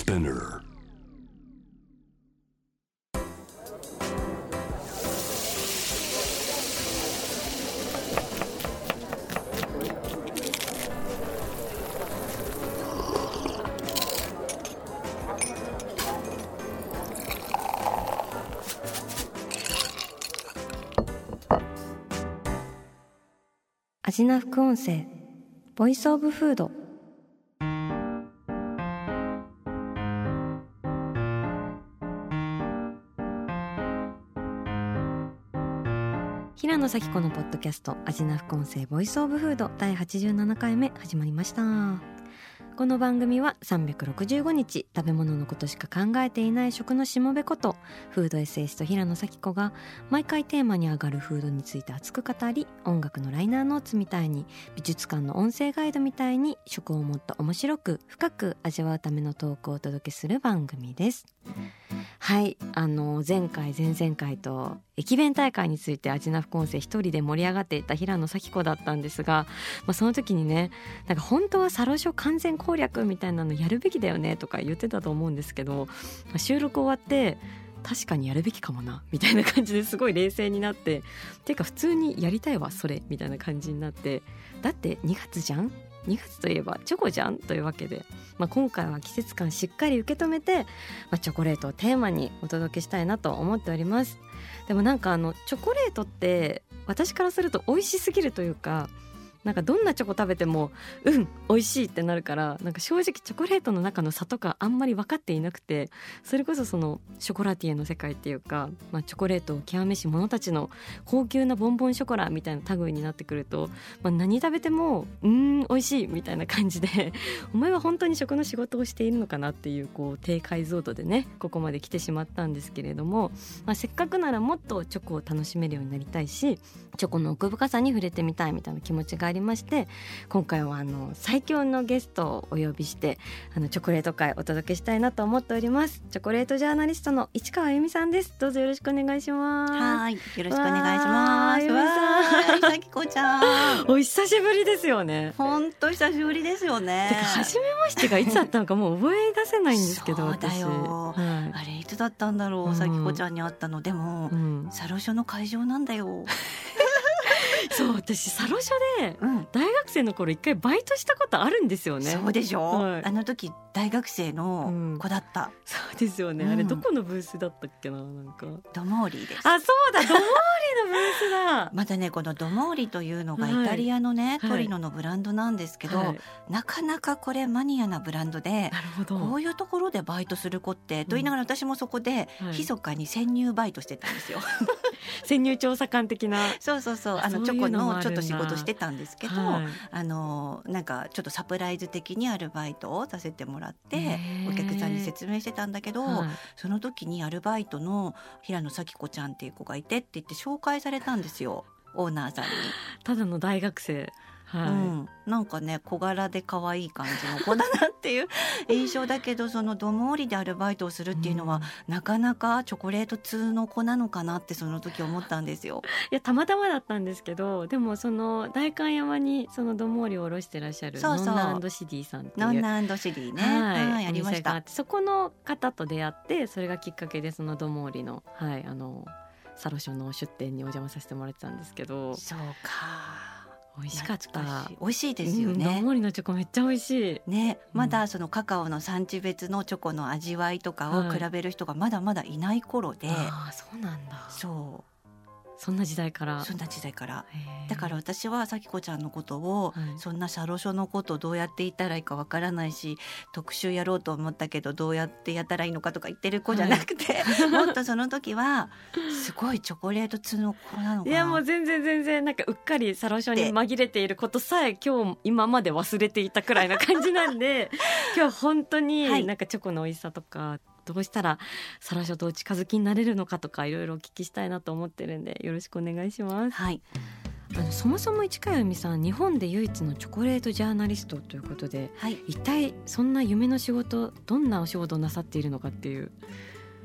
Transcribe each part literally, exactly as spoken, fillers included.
Spinner. アジナ副音声ボイスオブフード。平野咲子のポッドキャストアジナ副音声ボイスオブフードだいはちじゅうななかいめ始まりました。この番組はさんびゃくろくじゅうごにち食べ物のことしか考えていない食のしもべことフードエッセイスト平野咲子が毎回テーマに上がるフードについて熱く語り、音楽のライナーノーツみたいに美術館の音声ガイドみたいに食をもっと面白く深く味わうためのトークをお届けする番組です。はい、あの前回前々回と駅弁大会についてアジナ副音声一人で盛り上がっていた平野咲子だったんですが、まあ、その時にね、なんか本当はサロショ完全攻略みたいなのやるべきだよねとか言ってたと思うんですけど、まあ、収録終わって確かにやるべきかもなみたいな感じですごい冷静になって、てか普通にやりたいわそれみたいな感じになって、だってにがつじゃん、にがつといえばチョコじゃんというわけで、まあ、今回は季節感しっかり受け止めて、まあ、チョコレートをテーマにお届けしたいなと思っております。でもなんかあのチョコレートって私からすると美味しすぎるというか、なんかどんなチョコ食べてもうん美味しいってなるから、なんか正直チョコレートの中の差とかあんまり分かっていなくて、それこそそのショコラティエの世界っていうか、まあ、チョコレートを極めし者たちの高級なボンボンショコラみたいな類になってくると、まあ、何食べてもうーん美味しいみたいな感じでお前は本当に食の仕事をしているのかなっていう、こう低解像度でねここまで来てしまったんですけれども、まあ、せっかくならもっとチョコを楽しめるようになりたいし、チョコの奥深さに触れてみたいみたいな気持ちがありまして、今回はあの最強のゲストをお呼びしてあのチョコレート会お届けしたいなと思っております。チョコレートジャーナリストの市川あゆみさんです。どうぞよろしくお願いします。 はい、よろしくお願いします。 わー、 さきこちゃんお久しぶりですよね。 本当久しぶりですよね。 てか初めましてがいつだったのかもう覚え出せないんですけどそうだよ、 私、はい、 あれいつだったんだろう、さきこちゃんに会ったの。でも、うん、サロショの会場なんだよそう、私サロショで大学生の頃一回バイトしたことあるんですよね、 うん、そうでしょ、はい、あの時大学生の子だった、うん、 そうですよね、うん、あれどこのブースだったっけな、なんかドモーリーです。 あ、そうだ、ドモーリーのブースだまだね、このドモーリーというのがイタリアのね、はい、トリノのブランドなんですけど、はい、なかなかこれマニアなブランドで、 なるほど、 こういうところでバイトする子って、うん、と言いながら私もそこで密かに潜入バイトしてたんですよ、はい、 潜入調査官的な。 そうそうそう、あのチョコのちょっと仕事してたんですけど、 はい、 あのなんかちょっとサプライズ的にアルバイトをさせてもらってお客さんに説明してたんだけど、はい、その時にアルバイトの平野咲子ちゃんっていう子がいてって言って紹介されたんですよ、オーナーさんに。 ただの大学生、はい、うん、 なんかね小柄で可愛い感じの子だなっていう印象だけど、そのドモーリでアルバイトをするっていうのは、うん、なかなかチョコレート通の子なのかなってその時思ったんですよ。 いやたまたまだったんですけど、でもその代官山にそのドモーリを卸してらっしゃるそうそうノンナ&シディさんっていうノンナ&シディね、 はいはい、ありました。 そこの方と出会って、それがきっかけでそのドモーリの、はい、あのサロショの出店にお邪魔させてもらってたんですけど。 そうか、 美味しかった。 美味しいですよね、 うん、ドモーリのチョコめっちゃ美味しい、 ね、まだそのカカオの産地別のチョコの味わいとかを比べる人がまだまだいない頃で、はい、 あ、そうなんだ。 そう、 そんな時代からそんな時代からだから私は咲子ちゃんのことを、はい、そんなサロショのことをどうやって言ったらいいかわからないし、特集やろうと思ったけどどうやってやったらいいのかとか言ってる子じゃなくて、はい、もっとその時はすごいチョコレート通の子なのかな。 いやもう全然全然なんかうっかりサロショに紛れていることさえ今日今まで忘れていたくらいな感じなんで今日本当になんかチョコの美味しさとか、はい、どうしたらサロショとお近づきになれるのかとかいろいろお聞きしたいなと思ってるんでよろしくお願いします。 はい、 あのそもそも市川由美さん、日本で唯一のチョコレートジャーナリストということで、はい、一体そんな夢の仕事、どんなお仕事をなさっているのかっていう。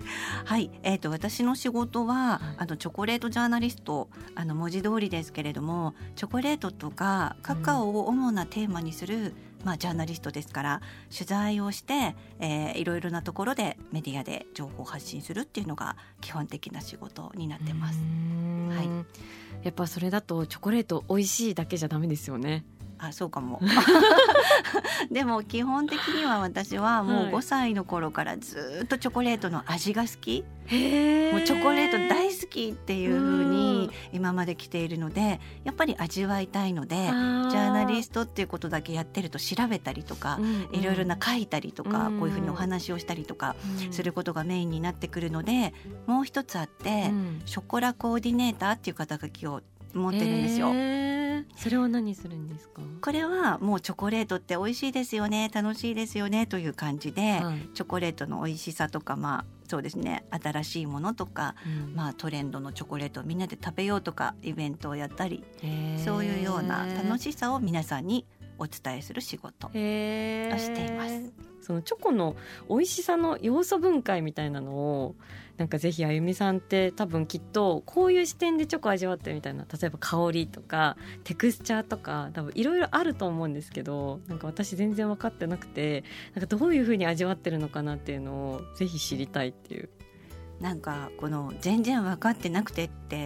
はい、えー、と私の仕事はあのチョコレートジャーナリスト、あの文字通りですけれども、チョコレートとかカカオを主なテーマにする、うんまあ、ジャーナリストですから、取材をして、えー、いろいろなところでメディアで情報を発信するっていうのが基本的な仕事になってます。はい、 やっぱそれだとチョコレート美味しいだけじゃダメですよね。 あ、そうかもでも基本的には私はもうごさいの頃からずっとチョコレートの味が好き、 へー、 もうチョコレート大好きっていう風に今まで来ているので、やっぱり味わいたいので、ジャーナリストっていうことだけやってると調べたりとか、うんうん、いろいろな書いたりとか、うんうん、こういう風にお話をしたりとかすることがメインになってくるので、もう一つあって、うん、ショコラコーディネーターっていう肩書きを持ってるんですよ。 それは何するんですか？ これはもうチョコレートって美味しいですよね、楽しいですよねという感じで、はい、チョコレートの美味しさとか、まあそうですね、新しいものとか、うんまあ、トレンドのチョコレートをみんなで食べようとかイベントをやったり、そういうような楽しさを皆さんにお伝えする仕事をしています。 そのチョコの美味しさの要素分解みたいなのをなんかぜひあゆみさんって多分きっとこういう視点でチョコ味わってるみたいな、例えば香りとかテクスチャーとか多分いろいろあると思うんですけど、なんか私全然分かってなくて、なんかどういう風に味わってるのかなっていうのをぜひ知りたいっていう。 なんかこの全然分かってなくてって、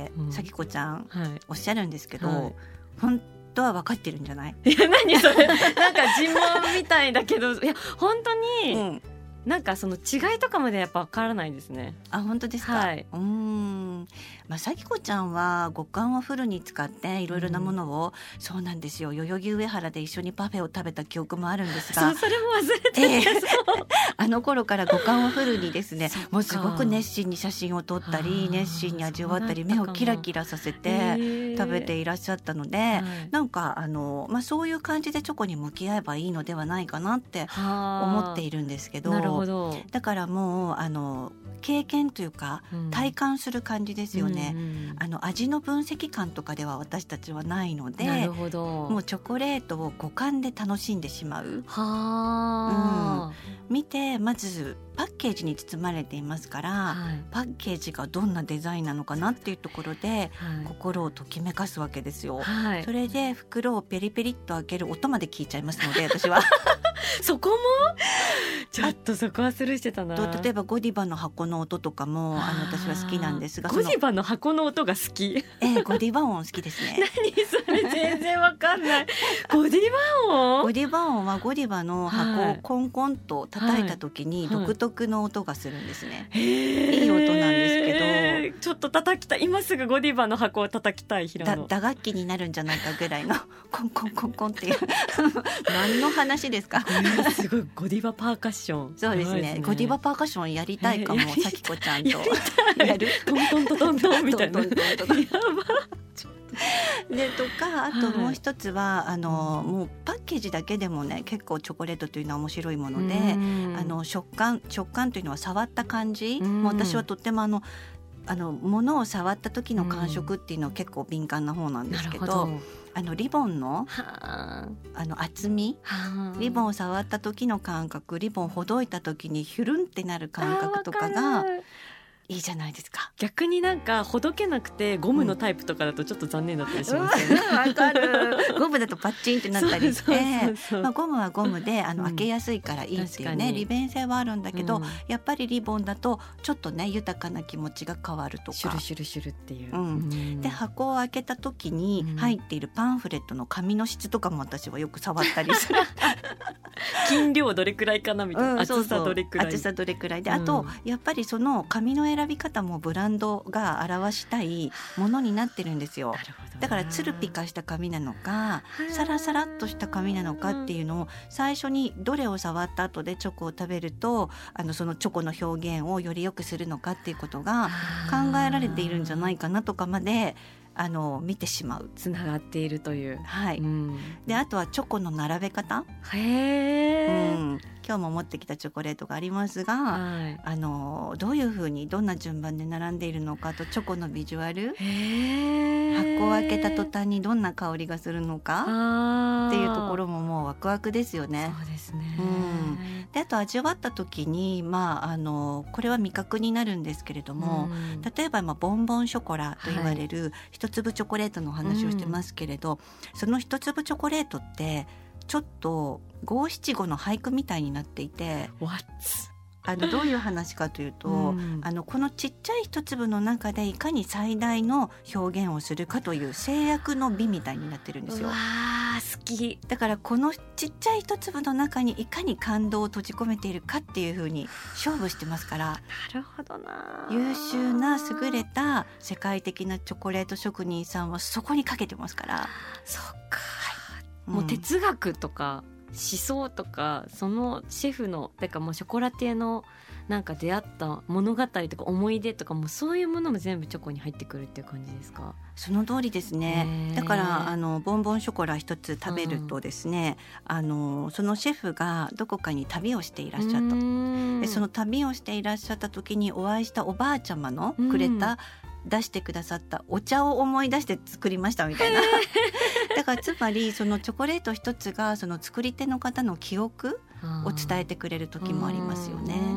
うん、さきこちゃん、はい、おっしゃるんですけど、はい、本当は分かってるんじゃない？ いや何それなんか尋問みたいだけど、いや本当に、うんなんかその違いとかまでやっぱ分からないですね。 あ、本当ですか？はい、うーん、まあ、さきこちゃんは五感をフルに使っていろいろなものを、うん、そうなんですよ、代々木上原で一緒にパフェを食べた記憶もあるんですが、 そうそれも忘れてて、えー、 あの頃から五感をフルにですねもうすごく熱心に写真を撮ったり熱心に味わったり目をキラキラさせて食べていらっしゃったので、はい、なんかあの、まあ、そういう感じでチョコに向き合えばいいのではないかなって思っているんですけど、 なるほど。 だからもうあの経験というか、うん、体感する感じですよね、うんうん、あの味の分析感とかでは私たちはないので、 なるほど、 もうチョコレートを五感で楽しんでしまう。 は、 うん、見てまずパッケージに包まれていますから、はい、パッケージがどんなデザインなのかなっていうところで、はい、心をときめかすわけですよ、はい、それで袋をペリペリっと開ける音まで聞いちゃいますので私はそこもちょっとそこはスルーしてたな。 例えばゴディバの箱の音とかもあの私は好きなんですが、 ゴディバの箱の音が好き、 えー、ゴディバ音好きですね何それ全然わかんないゴディバ音ゴディバ音はゴディバの箱をコンコンと叩いた時に独特の音がするんですね、はいはい、いい音なんですけど、 ちょっと叩きたい、今すぐゴディバの箱を叩きたい。平野打楽器になるんじゃないかぐらいのコンコンコンコンっていう何の話ですかすごいゴディバパーカッション。 そうですね、ですね、ゴディバパーカッションやりたいかも、さきこちゃんとややるトントントントントンみたいなやばでとか、あともう一つは、はい、あのもうパッケージだけでもね結構チョコレートというのは面白いもので、あの食感食感というのは触った感じ、もう私はとってもあのあの物を触った時の感触っていうのは結構敏感な方なんですけど、どあのリボンのあの厚み、リボンを触った時の感覚、リボンをほどいた時にヒュルンってなる感覚とかがいいじゃないですか。 逆になんかほどけなくてゴムのタイプとかだとちょっと残念だったりしますよね。 わ、うん、かる。ゴムだとパッチンってなったりして、まあ、ゴムはゴムであの、うん、開けやすいからいいっていうね利便性はあるんだけど、うん、やっぱりリボンだとちょっとね豊かな気持ちが変わるとか、 シュルシュルシュルっていう、 うん、で箱を開けた時に入っているパンフレットの紙の質とかも私はよく触ったりする斤量どれくらいかなみたいな、うん、厚さどれくらい、 厚さどれくらいで、あと、うん、やっぱりその紙の選び方もブランドが表したいものになってるんですよ。だからツルピカした紙なのかサラサラっとした紙なのかっていうのを最初にどれを触った後でチョコを食べるとあのそのチョコの表現をより良くするのかっていうことが考えられているんじゃないかなとかまであの見てしまう、 つながっているという、 はい、うん、であとはチョコの並べ方、 へー、 うん、 今日も持ってきたチョコレートがありますが、はい、あのどういうふうにどんな順番で並んでいるのかとチョコのビジュアル、箱を開けた途端にどんな香りがするのかっていうところももうワクワクですよね。 そうですね、 うん、であと味わった時に、まあ、あのこれは味覚になるんですけれども、うん、例えば、まあ、ボンボンショコラと言われる一粒チョコレートの話をしてますけれど、うん、その一粒チョコレートってちょっと五七五の俳句みたいになっていて、あのどういう話かというと、うん、あのこのちっちゃい一粒の中でいかに最大の表現をするかという制約の美みたいになってるんですよ。 うわー好き。 だからこのちっちゃい一粒の中にいかに感動を閉じ込めているかっていう風に勝負してますから。 なるほどな。 優秀な優れた世界的なチョコレート職人さんはそこにかけてますから。 そっか、はい、もう哲学とか思想とかそのシェフのてかもうショコラティエのなんか出会った物語とか思い出とかもそういうものも全部チョコに入ってくるっていう感じですか？ その通りですね。だからあのボンボンショコラ一つ食べるとですね、うん、あのそのシェフがどこかに旅をしていらっしゃったと。でその旅をしていらっしゃった時にお会いしたおばあちゃまのくれた、うん出してくださったお茶を思い出して作りましたみたいなだからつまりそのチョコレート一つがその作り手の方の記憶を伝えてくれる時もありますよね。うん、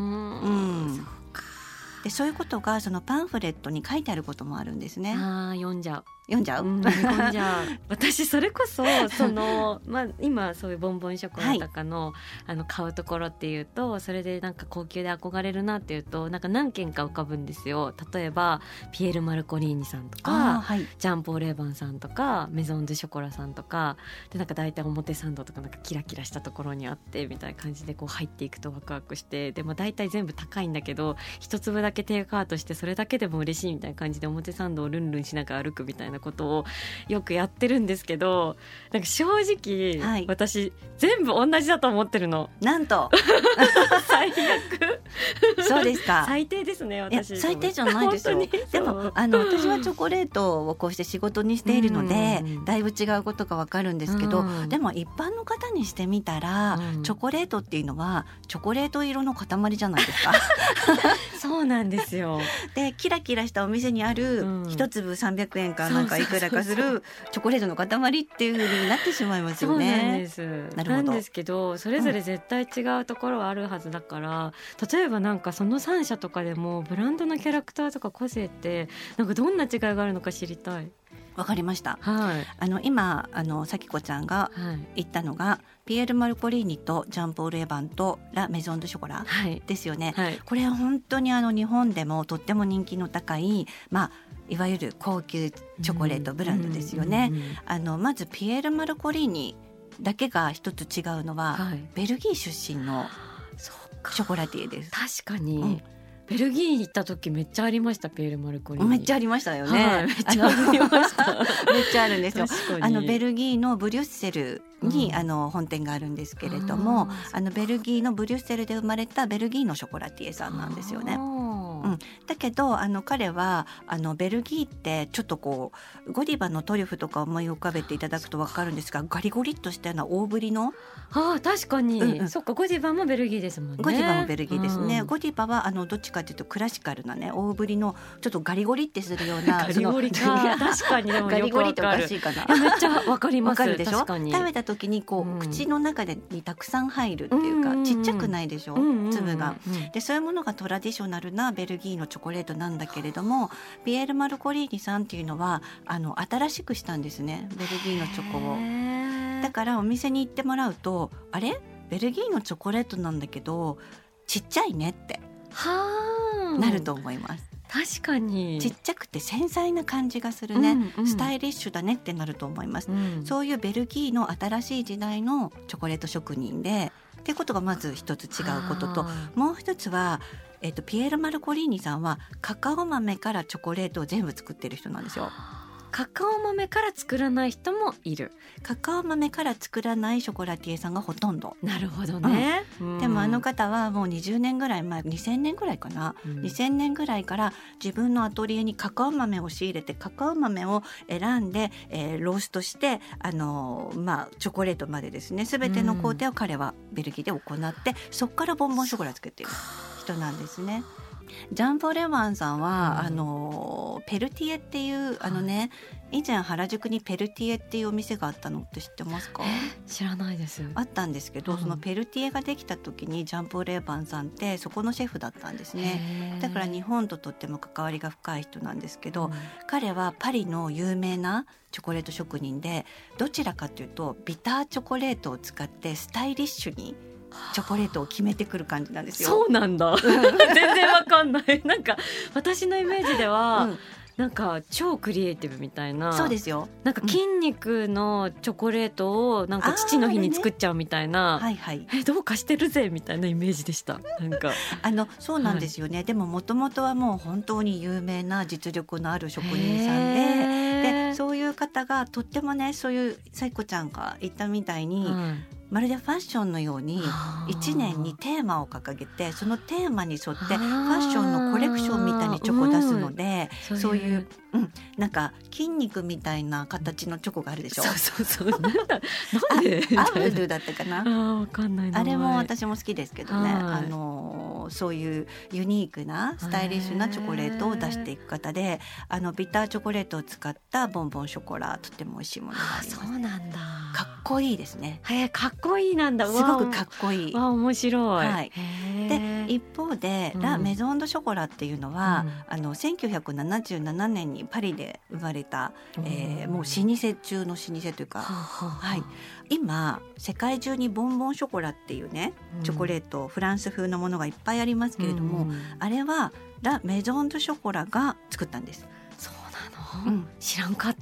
そうか。でそういうことがそのパンフレットに書いてあることもあるんですね。 あ読んじゃう読んじゃう、うん、 読んじゃう私それこそその、まあ、今そういうボンボンショコラとかの、はい、あの買うところっていうとそれでなんか高級で憧れるなっていうとなんか何軒か浮かぶんですよ。例えばピエール・マルコリーニさんとか、はい、ジャンポー・レーバンさんとかメゾン・ドゥ・ショコラさんとかでなんか大体表参道とかなんかキラキラしたところにあってみたいな感じでこう入っていくとワクワクしてでも大体全部高いんだけど一粒だけテイクアウトしてそれだけでも嬉しいみたいな感じで表参道をルンルンしながら歩くみたいなことをよくやってるんですけどなんか正直、はい、私全部同じだと思ってるの。 なんと最悪そうですか。 最低ですね私。 最低じゃないですよ。でもあの私はチョコレートをこうして仕事にしているのでだいぶ違うことがわかるんですけどでも一般の方にしてみたら、うん、チョコレートっていうのはチョコレート色の塊じゃないですかそうなんですよ。 でキラキラしたお店にある一粒さんびゃくえんかなんかいくらかするチョコレートの塊っていう風になってしまいますよね。 そうなんです。なるほど。なんですけどそれぞれ絶対違うところはあるはずだから、うん、例えばなんかそのさん社とかでもブランドのキャラクターとか個性ってなんかどんな違いがあるのか知りたい。 わかりました、 はい、 あの今あのさきこちゃんが言ったのが、はい、ピエール・マルコリーニとジャンポール・エバンとラ・メゾン・ドゥ・ショコラですよね、はいはい、これは本当にあの日本でもとっても人気の高い、まあ、いわゆる高級チョコレートブランドですよね、うんうんうんうん、あのまずピエール・マルコリーニだけが一つ違うのは、はい、ベルギー出身のショコラティエです。 確かに、うんベルギーに行った時めっちゃありました。ピエール・マルコリーニめっちゃありましたよね、 はい、めっちゃありましためっちゃあるんですよ。あのベルギーのブリュッセルに、うん、あの本店があるんですけれども あ, あのベルギーのブリュッセルで生まれたベルギーのショコラティエさんなんですよね。うん、だけどあの彼はあのベルギーってちょっとこうゴディバのトリュフとか思い浮かべていただくと分かるんですがガリゴリっとしたような大ぶりのああ確かに、うんうん、そっかゴディバもベルギーですもんね。 ゴディバもベルギーですね、うん、ゴディバはあのどっちかというとクラシカルなね大ぶりのちょっとガリゴリってするようなガリゴリか確かにでもガリゴリっておかしいかなめっちゃ分かります。 分かるでしょ。 確かに食べた時にこう、うん、口の中でにたくさん入るっていうか、うんうんうん、ちっちゃくないでしょ、うんうんうん、粒がでそういうものがトラディショナルなベルギーのチョコレートなんだけれどもピエール・マルコリーニさんっていうのはあの新しくしたんですねベルギーのチョコを。だからお店に行ってもらうとあれベルギーのチョコレートなんだけどちっちゃいねってなると思います。 確かにちっちゃくて繊細な感じがするね、うんうん、スタイリッシュだねってなると思います、うん、そういうベルギーの新しい時代のチョコレート職人でっていうことがまず一つ違うことともう一つはえっと、ピエール・マルコリーニさんはカカオ豆からチョコレートを全部作ってる人なんですよ。 カカオ豆から作らない人もいる。 カカオ豆から作らないショコラティエさんがほとんど。 なるほどね、 うん、でもあの方はもうにじゅうねんぐらい前、にせんねんぐらいかな、うん、にせんねんぐらいから自分のアトリエにカカオ豆を仕入れて、カカオ豆を選んで、えー、ローストして、あのーまあ、チョコレートまでですね、全ての工程を彼はベルギーで行って、うん、そこからボンボンショコラ作っている人なんですね。ジャンポ・レバンさんは、うん、あのペルティエっていうあのね、以前原宿にペルティエっていうお店があったのって知ってますか？ 知らないです。 あったんですけど、うん、そのペルティエができた時にジャンポ・レバンさんってそこのシェフだったんですね。だから日本ととっても関わりが深い人なんですけど、うん、彼はパリの有名なチョコレート職人で、どちらかというとビターチョコレートを使ってスタイリッシュにチョコレートを決めてくる感じなんですよ。 そうなんだ全然わかんないなんか私のイメージでは、うん、なんか超クリエイティブみたいな。 そうですよ。 なんか筋肉のチョコレートをなんか父の日に作っちゃうみたいな、ね、はいはい、えどうかしてるぜみたいなイメージでした。なんかあのそうなんですよね、はい、でももともとはもう本当に有名な実力のある職人さんで、でそういう方がとってもね、そういうさいこちゃんが言ったみたいに、うん、まるでファッションのようにいちねんにテーマを掲げて、そのテーマに沿ってファッションのコレクションみたいにチョコを出すので、うん、そういう、うん、なんか筋肉みたいな形のチョコがあるでしょ。 そうそうそうなんでアブルだったかな。 あ、わかんない。 あれも私も好きですけどね、あのそういうユニークなスタイリッシュなチョコレートを出していく方で、あのビターチョコレートを使ったボンボンショコラ、とても美味しいものがあります。 そうなんだ。 かっこいいですね。 へ、かっこいいなんだ。 すごくかっこいい。 わ、面白い。 はい、で一方で、うん、ラ・メゾン・ド・ショコラっていうのは、うん、あのせんきゅうひゃくななじゅうななねんにパリで生まれた、うん、えー、もう老舗中の老舗というか、はい、今世界中にボンボンショコラっていうね、チョコレート、うん、フランス風のものがいっぱいありますけれども、うん、あれはラ・メゾン・ド・ショコラが作ったんです。 うん、知らんかった。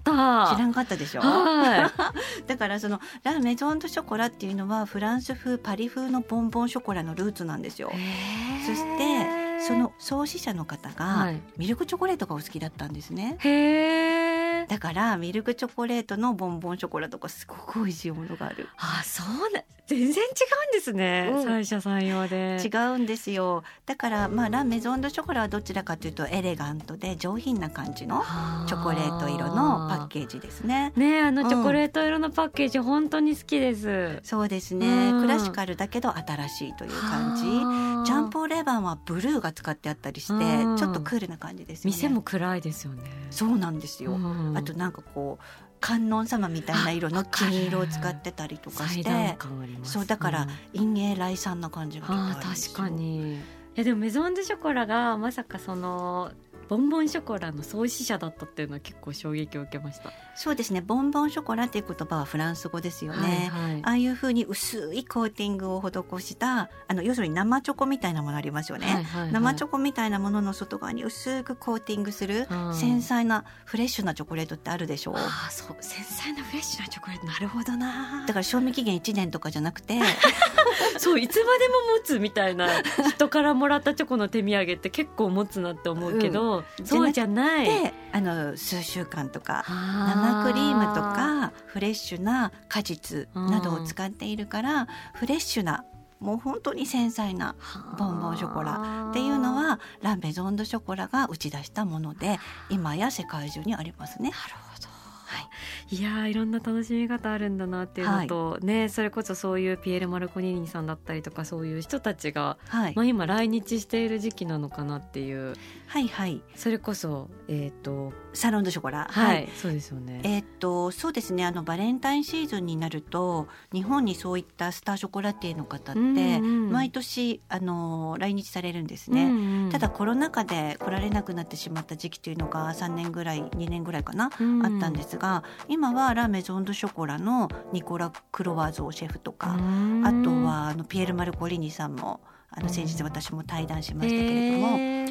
知らんかったでしょ。はいだからそのラ・メゾン・ド・ショコラっていうのはフランス風、パリ風のボンボンショコラのルーツなんですよ。そしてその創始者の方がミルクチョコレートがお好きだったんですね。へー。だからミルクチョコレートのボンボンショコラとかすごく美味しいものがある。 あ、そうね。全然違うんですね、うん、三者三様で違うんですよ。だから、まあ、ラ・メゾン・ド・ショコラはどちらかというとエレガントで上品な感じのチョコレート色のパッケージですね。 ね、あのチョコレート色のパッケージ、うん、本当に好きです。 そうですね、クラシカルだけど新しいという感じ。ジャンポ・レバンはブルーが使ってあったりしてちょっとクールな感じですよね。 店も暗いですよね。 そうなんですよ。あとなんかこう観音様みたいな色の金色を使ってたりとかして、そうだから陰影来産な感じがあるんですよ。 確かに。いやでもメゾン・ド・ショコラがまさかそのボンボンショコラの創始者だったっていうのは結構衝撃を受けました。 そうですね、ボンボンショコラっていう言葉はフランス語ですよね、はいはい、ああいう風に薄いコーティングを施したあの要するに生チョコみたいなものありますよね、はいはいはい、生チョコみたいなものの外側に薄くコーティングする繊細なフレッシュなチョコレートってあるでしょう。 あ、そう、繊細なフレッシュなチョコレート、なるほどな。 だから賞味期限いちねんとかじゃなくてそういつまでも持つみたいな人からもらったチョコの手土産って結構持つなって思うけど、うん、そうじゃない。 であの数週間とか生クリームとかフレッシュな果実などを使っているからフレッシュなもう本当に繊細なボンボンショコラっていうのはラ・メゾン・ド・ショコラが打ち出したもので今や世界中にありますね。 なるほど。はい、いやいろんな楽しみ方あるんだなっていうのと、はい、ね、それこそそういうピエール・マルコニーニさんだったりとかそういう人たちが、はい、まあ、今来日している時期なのかなっていう、 はいはい、 それこそ、えー、とサロン・ド・ショコラ、 はい、はい、そうですよね。 えー、とそうですね、あのバレンタインシーズンになると日本にそういったスターショコラティエの方って毎年あの来日されるんですね、うんうん、ただコロナ禍で来られなくなってしまった時期というのがさんねんぐらいにねんぐらいかな、うんうん、あったんですが、今はラ・メゾン・ド・ショコラのニコラ・クロワーゾーシェフとか、あとはあのピエール・マルコリーニさんもあの先日私も対談しましたけれども、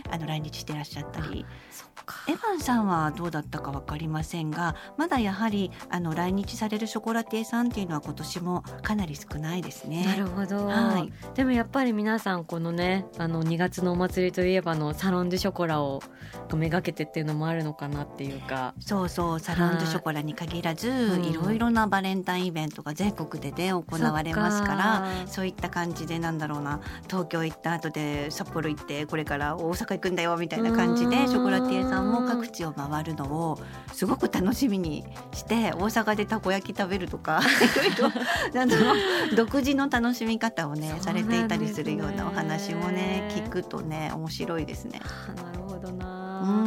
あの来日してらっしゃったり、 そっか。 エヴァンさんはどうだったか分かりませんが、まだやはりあの来日されるショコラティエさんっていうのは今年もかなり少ないですね。 なるほど、 はい、 でもやっぱり皆さんこのねあのにがつのお祭りといえばのサロン・デュ・ショコラをめがけてっていうのもあるのかなっていうか。 そうそう、サロン・デュ・ショコラに限らず、うん、いろいろなバレンタインイベントが全国でね行われますから、そういった感じでなんだろうな、東京行った後で札幌行ってこれから大阪行くんだよみたいな感じでショコラティエさんも各地を回るのをすごく楽しみにして、大阪でたこ焼き食べるとかいろいろなんだろう独自の楽しみ方をねされていたりするようなお話もね聞くとね面白いですね。 なるほどな、 うん、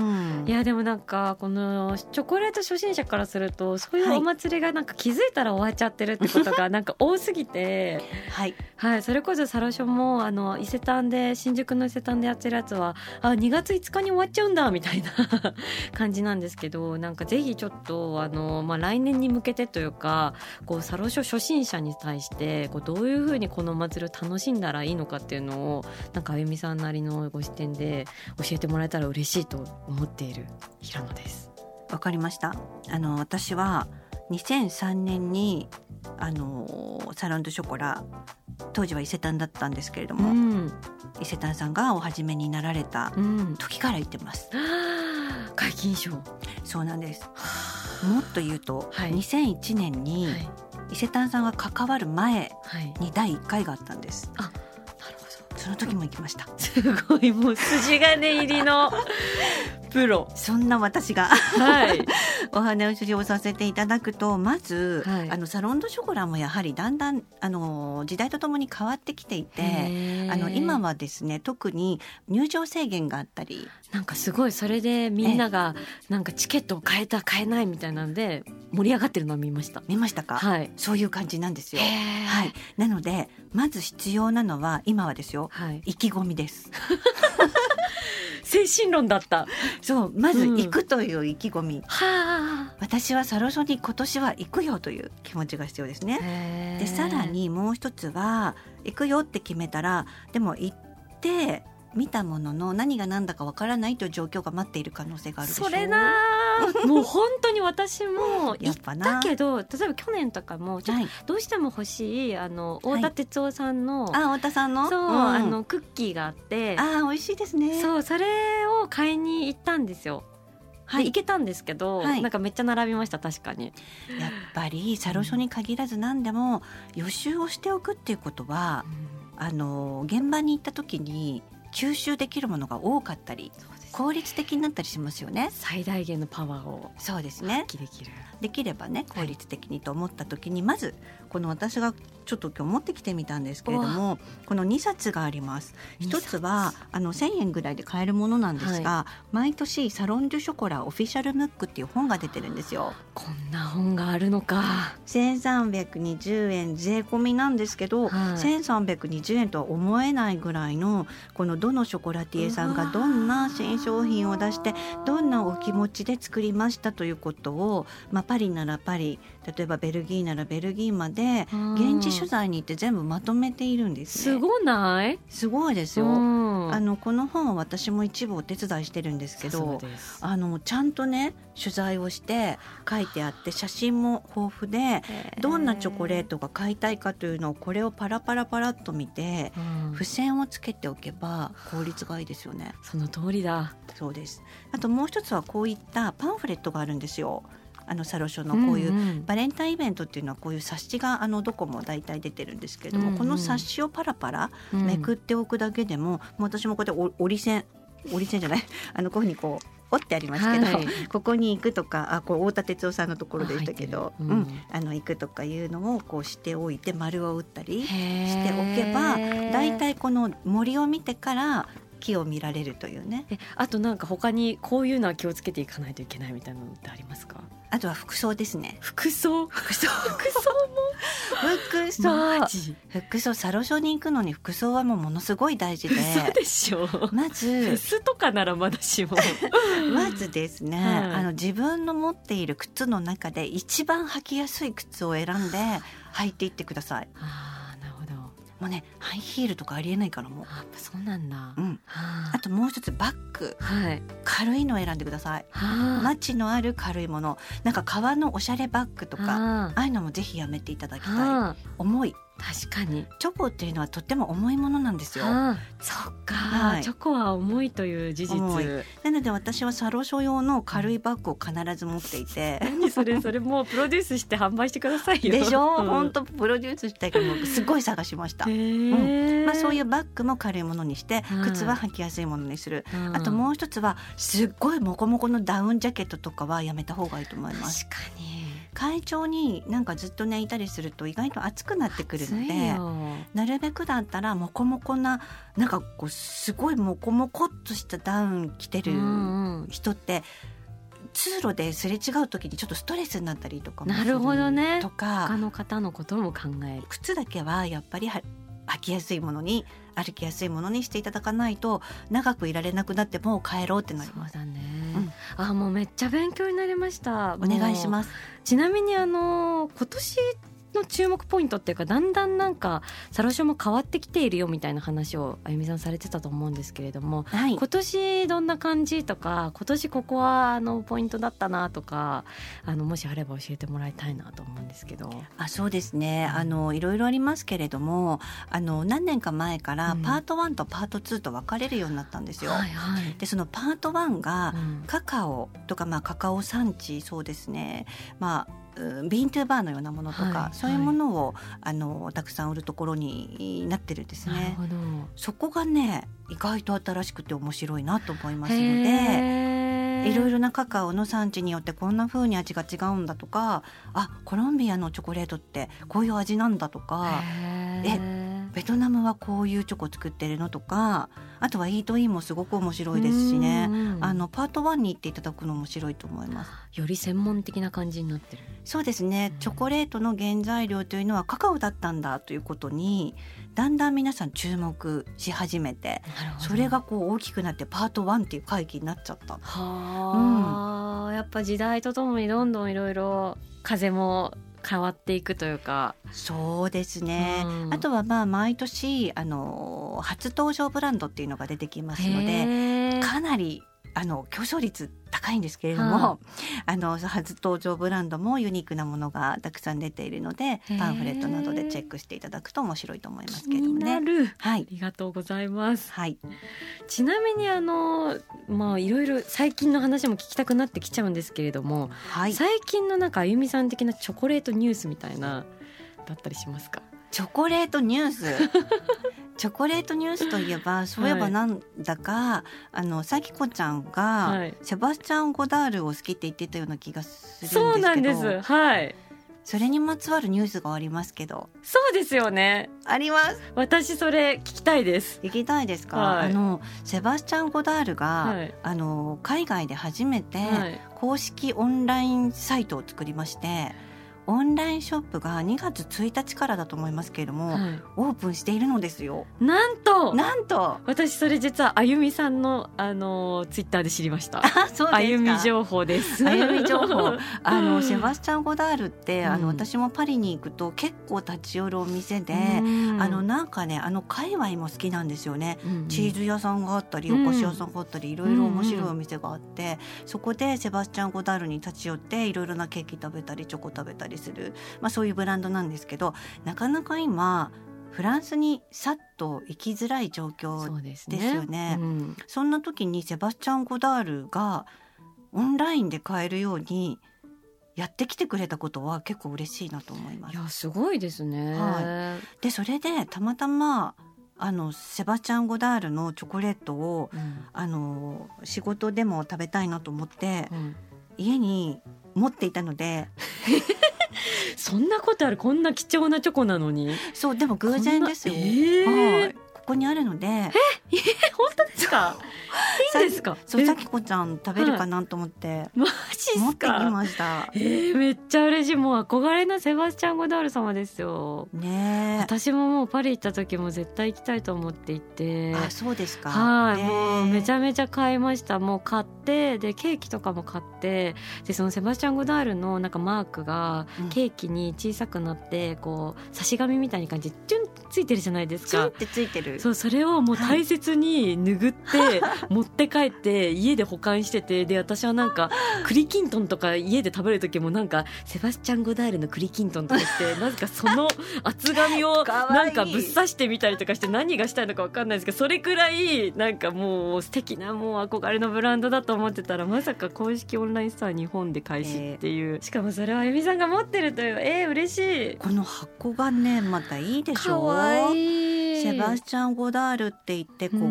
いやでもなんかこのチョコレート初心者からするとそういうお祭りがなんか気づいたら終わっちゃってるってことがなんか多すぎてはい、 はい、それこそサロショもあの伊勢丹で新宿の伊勢丹でやってるやつはあにがついつかに終わっちゃうんだみたいな感じなんですけど、なんかぜひちょっとあの、まあ、来年に向けてというかこうサロショ初心者に対してこうどういうふうにこのお祭りを楽しんだらいいのかっていうのをなんかあゆみさんなりのご視点で教えてもらえたら嬉しいと思っている平野です。 わかりました。あの私はにせんさんねんにあのサロン・デュ・ショコラ、当時は伊勢丹だったんですけれども、うん、伊勢丹さんがお始めになられた時から行ってます、 うん、解禁賞。 そうなんです。もっと言うと、はい、にせんいちねんに伊勢丹さんが関わる前にだいいっかいがあったんです、 はい、あ、なるほど。 その時も行きました。 すごい、もう筋金入りのプロ。 そんな私が、はい、お話をさせていただくと、まず、はい、あのサロン・ド・ショコラもやはりだんだんあの時代とともに変わってきていて、あの今はですね特に入場制限があったり、 なんかすごいそれでみんながなんかチケットを変えた変えないみたいなので盛り上がってるのを見ました。 見ましたか、はい、そういう感じなんですよ、はい、なのでまず必要なのは今はですよ、はい、意気込みです精神論だった。 そう、まず行くという意気込み、うん、 は私はサロショに今年は行くよという気持ちが必要ですね。でさらにもう一つは行くよって決めたら、でも行って見たものの何が何だかわからないという状況が待っている可能性があるでしょう。 それなもう本当に私も行ったけど、例えば去年とかもちょっとどうしても欲しいあの太田哲夫さんの、 はい、あ、太田さんのそう、うん、あのクッキーがあって、 あ、美味しいですね。 そう、それを買いに行ったんですよ。はい、行けたんですけど、はい、なんかめっちゃ並びました。確かにやっぱりサロショに限らず何でも予習をしておくっていうことは、うん、あの現場に行った時に吸収できるものが多かったり、効率的になったりしますよね。 最大限のパワーをそうですね、 発揮できる。 できればね効率的にと思った時に、はい、まずこの私がちょっと今日持ってきてみたんですけれども、このにさつがあります。一つはあのせんえんぐらいで買えるものなんですが、はい、毎年サロン・デュ・ショコラオフィシャルムックっていう本が出てるんですよ。 こんな本があるのか。 せんさんびゃくにじゅうえん税込みなんですけど、はい、せんさんびゃくにじゅうえんとは思えないぐらいの、このどのショコラティエさんがどんな新商品を出してどんなお気持ちで作りましたということを、まあ、パリならパリ、例えばベルギーならベルギーまで現地取材に行って全部まとめているんですね。 すごない？ すごいですよ。あのこの本は私も一部お手伝いしてるんですけど、あのちゃんとね取材をして書いてあって、写真も豊富で、どんなチョコレートが買いたいかというのをこれをパラパラパラっと見て、うん、付箋をつけておけば効率がいいですよね。 その通りだ。 そうです。あともう一つはこういったパンフレットがあるんですよ。あのサロショのこういう、うんうん、バレンタインイベントっていうのはこういう冊子があのどこも大体出てるんですけれども、うんうん、この冊子をパラパラめくっておくだけでも、うん、もう私もこうやって折り線折り線じゃないあのこういうふうにこう折ってありますけど、はい、ここに行くとか、あ、これ太田哲夫さんのところでしたけど、うんうん、あの行くとかいうのをこうしておいて丸を打ったりしておけば、だいたいこの森を見てから木を見られるというね。 え、あとなんか他にこういうのは気をつけていかないといけないみたいなのってありますか？ あとは服装ですね。 服装服装服装も服装マジ服装サロショに行くのに服装はもうものすごい大事で。 そうでしょう。 まずフェスとかならまだしもまずですね、はい、あの自分の持っている靴の中で一番履きやすい靴を選んで履いていってください。 あ、なるほど。 もうねハイヒールとかありえないからもう。 あ、そうなんだ、 うん、はあ、あともう一つバッグ、はい、軽いのを選んでください。はあ、マチのある軽いもの、なんか革のおしゃれバッグとか、あああいうのもぜひやめていただきたい。はあ、重い。 確かにチョコっていうのはとっても重いものなんですよ。 はあ、そっか、はい、チョコは重いという事実なので私はサロショ用の軽いバッグを必ず持っていて何それそれもうプロデュースして販売してくださいよ。 でしょ、うん、本当プロデュースしたいからもうすごい探しました、うん、まあ、そういうバッグも軽いものにして、はあ、靴は履きやすいものにする、はあ、あともう一つはすっごいモコモコのダウンジャケットとかはやめた方がいいと思います。 確かに会場になんかずっとねいたりすると意外と暑くなってくるので、なるべくだったらモコモコな、なんかこうすごいモコモコっとしたダウン着てる人って、うんうん、通路ですれ違う時にちょっとストレスになったりとかもするとか。 なるほどね。他の方のことも考える。 靴だけはやっぱり履きやすいものに、歩きやすいものにしていただかないと長くいられなくなってもう帰ろうってなります。 そうだね、うん、あ、もうめっちゃ勉強になりました。 お願いします。 ちなみにあの今年の注目ポイントっていうか、だんだんなんかサロショも変わってきているよみたいな話をあゆみさんされてたと思うんですけれども、はい、今年どんな感じとか、今年ここはあのポイントだったなとか、あのもしあれば教えてもらいたいなと思うんですけど。 あ、そうですね、あのいろいろありますけれども、あの何年か前からパートワンとパートツーと分かれるようになったんですよ、うん、はいはい、でそのパートワンがカカオとか、まあ、カカオ産地、そうですね、まあビーントゥーバーのようなものとか、はい、そういうものを、はい、あのたくさん売るところになってるんですね。なるほど。そこがね意外と新しくて面白いなと思いますので、いろいろなカカオの産地によってこんな風に味が違うんだとか、あ、コロンビアのチョコレートってこういう味なんだとか、えベトナムはこういうチョコ作ってるのとか、あとはイートインもすごく面白いですしね、あのパートワンに行っていただくの面白いと思います。 より専門的な感じになってる。 そうですね、チョコレートの原材料というのはカカオだったんだということにだんだん皆さん注目し始めて、それがこう大きくなってパートワンっていう回帰になっちゃった。はあ、うん、やっぱ時代とともにどんどんいろいろ風も変わっていくというか。 そうですね、うん、あとはまあ毎年あの初登場ブランドっていうのが出てきますので、かなりあの競争率高いんですけれども、はあ、あの初登場ブランドもユニークなものがたくさん出ているので、パンフレットなどでチェックしていただくと面白いと思いますけれどもね。 気になる、 はい、 ありがとうございます、 はい、 ちなみにあのまあいろいろ最近の話も聞きたくなってきちゃうんですけれども、はい、最近のなんかあゆみさん的なチョコレートニュースみたいなだったりしますか？ チョコレートニュースチョコレートニュースといえば、そういえばなんだか、はい、あのさきこちゃんが、はい、セバスチャン・ゴダールを好きって言ってたような気がするんですけど。 そうなんです、はい、 それにまつわるニュースがありますけど。 そうですよね、 あります。 私それ聞きたいです。 聞きたいですか？はい、あのセバスチャン・ゴダールが、はい、あの海外で初めて公式オンラインサイトを作りまして、オンラインショップがにがつついたちからだと思いますけれども、はい、オープンしているのですよ。 なんとなんと私それ実はあゆみさんの、あのツイッターで知りました。 あ、そうですか。 あゆみ情報です。 あゆみ情報あのセバスチャン・ゴダールって、うん、あの私もパリに行くと結構立ち寄るお店で、うん、あのなんかね、あの界隈も好きなんですよね、うん、チーズ屋さんがあったり、お菓子屋さんがあったり、いろいろ面白いお店があって、うん、そこでセバスチャン・ゴダールに立ち寄っていろいろなケーキ食べたりチョコ食べたりする、まあ、そういうブランドなんですけど、なかなか今フランスにさっと行きづらい状況ですよね。 そ, ね、うん、そんな時にセバスチャン・ゴダールがオンラインで買えるようにやってきてくれたことは結構嬉しいなと思います。 いや、すごいですね、 はい、でそれでたまたまあのセバスチャン・ゴダールのチョコレートを、うん、あの仕事でも食べたいなと思って、うん、家に持っていたのでそんなことある？こんな貴重なチョコなのに。 そう、でも偶然ですよ、えー、 はい、ここにあるので。ええ本当ですか？いいんですか？ そう、さきこちゃん食べるかなと思って、はい、 マジっすか？ 持ってきました。 えー、めっちゃ嬉しい。もう憧れのセバスチャン・ゴダール様ですよ、ね、私ももうパリ行った時も絶対行きたいと思っていて。 あ、そうですか。 はい、もうめちゃめちゃ買いました。もう買って、でケーキとかも買って、でそのセバスチャン・ゴダールのなんかマークがケーキに小さくなって、こう差し紙みたいな感じでチュンついてるじゃないですか。 ツンってついてる。 そう、それをもう大切に拭って持って帰って家で保管してて、で私はなんか栗きんとんとか家で食べる時もなんかセバスチャン・ゴダールの栗きんとんとか言ってなぜかその厚紙をなんかぶっ刺してみたりとかして何がしたいのか分かんないですけど、それくらいなんかもう素敵なもう憧れのブランドだと思ってたら、まさか公式オンラインストア日本で開始っていう、えー、しかもそれはあゆみさんが持ってるという、えー、嬉しい。 この箱がねまたいいでしょ。 かわいい。 セバスチャン・ゴダールって言ってこう、うん、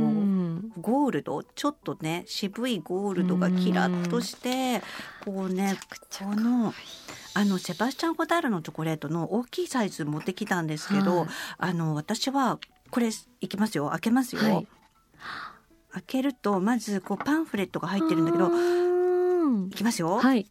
ゴールドちょっとね渋いゴールドがキラッとして、うん、こうねこのあのセバスチャン・ゴダールのチョコレートの大きいサイズ持ってきたんですけど、はい、あの私はこれいきますよ、開けますよ、はい、開けるとまずこうパンフレットが入ってるんだけど、いきますよ、はい、うわ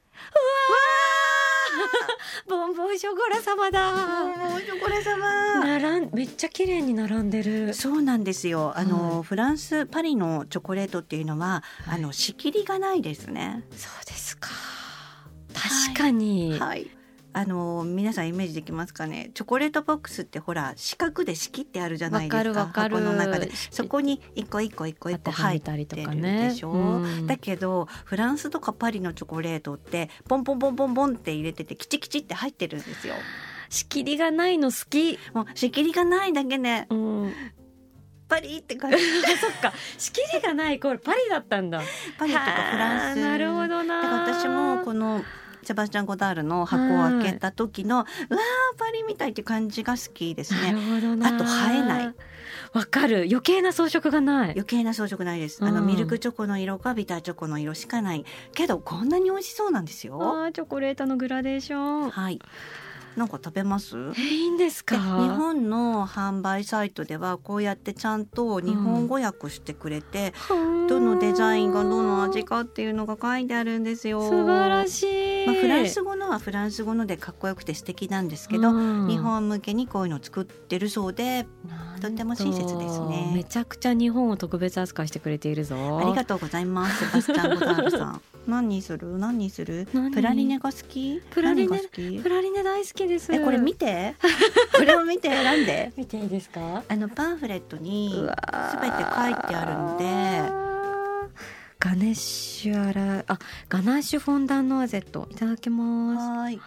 ボンボンショコラ様だ。 ボンボンショコラ様並んめっちゃ綺麗に並んでる。 そうなんですよ。あの、はい、フランスパリのチョコレートっていうのは、はい、あの仕切りがないですね。 そうですか。確かに、 はいはい、あの皆さんイメージできますかね。チョコレートボックスってほら四角で仕切ってあるじゃないですか。わかるわかる。箱の中でそこに一個一個一個一個入ってるでしょ、うん、だけどフランスとかパリのチョコレートってポンポンポンポンポンって入れててキチキチって入ってるんですよ。 仕切りがないの好き。 もう仕切りがないだけね、うん、パリって感じそっか、仕切りがないこれパリだったんだ。 パリとかフランス。 なるほどな。 だから私もこのセバスチャン・ゴダールの箱を開けた時の、うわーパリみたいって感じが好きですね。 なるほどな。 あと映えない。 わかる。余計な装飾がない。 余計な装飾ないです。あの、うん、ミルクチョコの色かビターチョコの色しかないけどこんなに美味しそうなんですよ。 あ、チョコレートのグラデーション。 はい。なんか食べます？ え、いいんですか？ 日本の販売サイトではこうやってちゃんと日本語訳してくれて、うん、どのデザインがどの味かっていうのが書いてあるんですよ。 素晴らしい。 まあ、フランス語のはフランス語のでかっこよくて素敵なんですけど、うん、日本向けにこういうのを作ってるそうでとっても親切ですね。 めちゃくちゃ日本を特別扱いしてくれているぞ。 ありがとうございます。セバスチャン・ゴダールさん何にする何にするプラリネが好き？ プラリネが好き？ プラリネ大好きです。 え、これ見てこれを見て選んで見ていいですか？ あのパンフレットにすべて書いてあるので、 ガネッシュアラあガナッシュフォンダンノアゼットいただきます。 はい。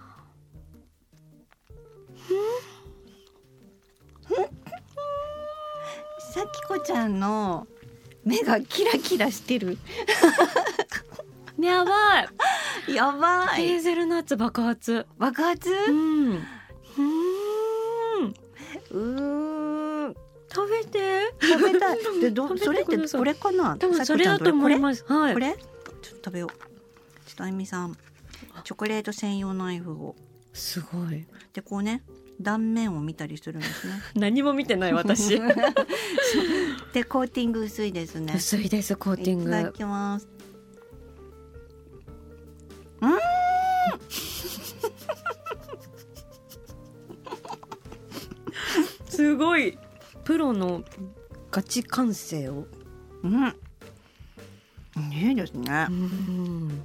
さきこちゃんの目がキラキラしてるやばいやばい。 ヘーゼルナッツ爆発爆発、 うんうんうーん食べて食べたいでどそれってこれかな。 多分それだと思います。はい、 これちょっと食べよう。ちょっとあゆみさんチョコレート専用ナイフをすごいでこうね断面を見たりするんですね。 何も見てない私でコーティング薄いですね。 薄いですコーティング。 いただきます。うーんすごいプロのガチ感性を。 うんいいですね。 うん、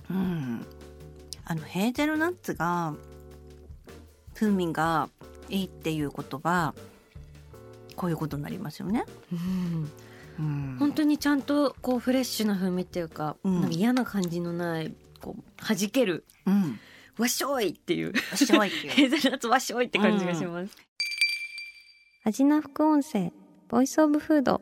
うん、あのヘーゼルナッツが風味がいいっていうことはこういうことになりますよね。 うんうん、本当にちゃんとこうフレッシュな風味っていうか、うん、なんか嫌な感じのないこう弾ける、うん、わっしょいっていうわっしょいっていうヘーゼルナッツわっしょいって感じがします。うん、アジナ副音声ボイスオブフード。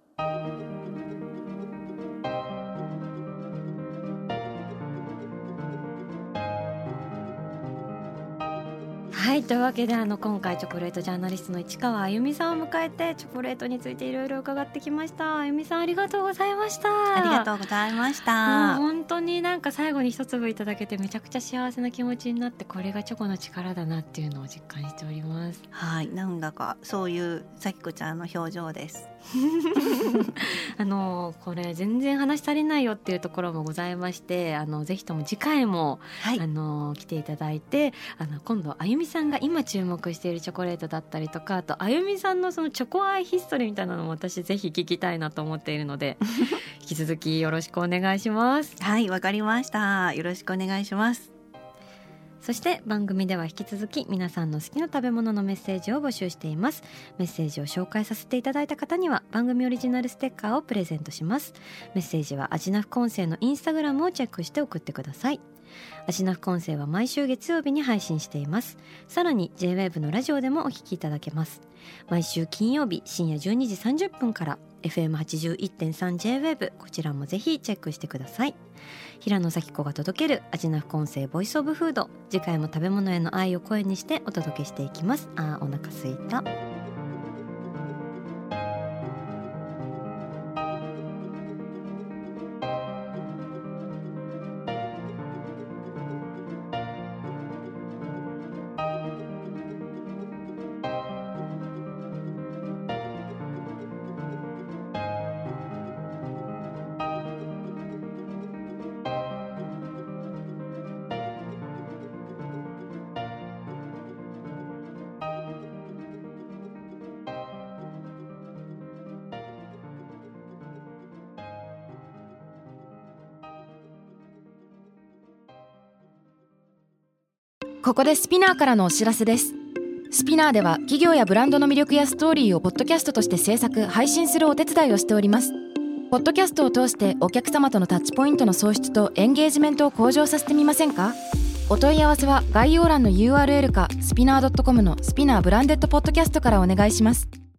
はい、というわけであの今回チョコレートジャーナリストの市川あゆみさんを迎えてチョコレートについていろいろ伺ってきました。あゆみさんありがとうございました。 ありがとうございました。 もう本当になんか最後に一粒いただけてめちゃくちゃ幸せな気持ちになって、これがチョコの力だなっていうのを実感しております。 はい、なんだかそういうさきこちゃんの表情ですあのこれ全然話し足りないよっていうところもございまして、あのぜひとも次回も、はい、あの来ていただいて、あの今度あゆみさんが今注目しているチョコレートだったりとか、あとあゆみさんのそのチョコアイヒストリーみたいなのも私ぜひ聞きたいなと思っているので引き続きよろしくお願いします。 はい、わかりました。よろしくお願いします。 そして番組では引き続き皆さんの好きな食べ物のメッセージを募集しています。メッセージを紹介させていただいた方には番組オリジナルステッカーをプレゼントします。メッセージはアジナ副音声のインスタグラムをチェックして送ってください。アジナ副音声は毎週月曜日に配信しています。さらに ジェイウェーブ のラジオでもお聞きいただけます。毎週金曜日深夜じゅうにじさんじゅっぷんから エフエムはちじゅういってんさん ジェイウェーブ、 こちらもぜひチェックしてください。平野咲子が届けるアジナ副音声ボイスオブフード、次回も食べ物への愛を声にしてお届けしていきます。あーお腹すいた。 ここでスピナーからのお知らせです。スピナーでは企業やブランドの魅力やストーリーをポッドキャストとして制作・配信するお手伝いをしております。ポッドキャストを通してお客様とのタッチポイントの創出とエンゲージメントを向上させてみませんか？お問い合わせは概要欄の ユーアールエル かスピナー ドットコム のスピナーブランデッドポッドキャストからお願いします。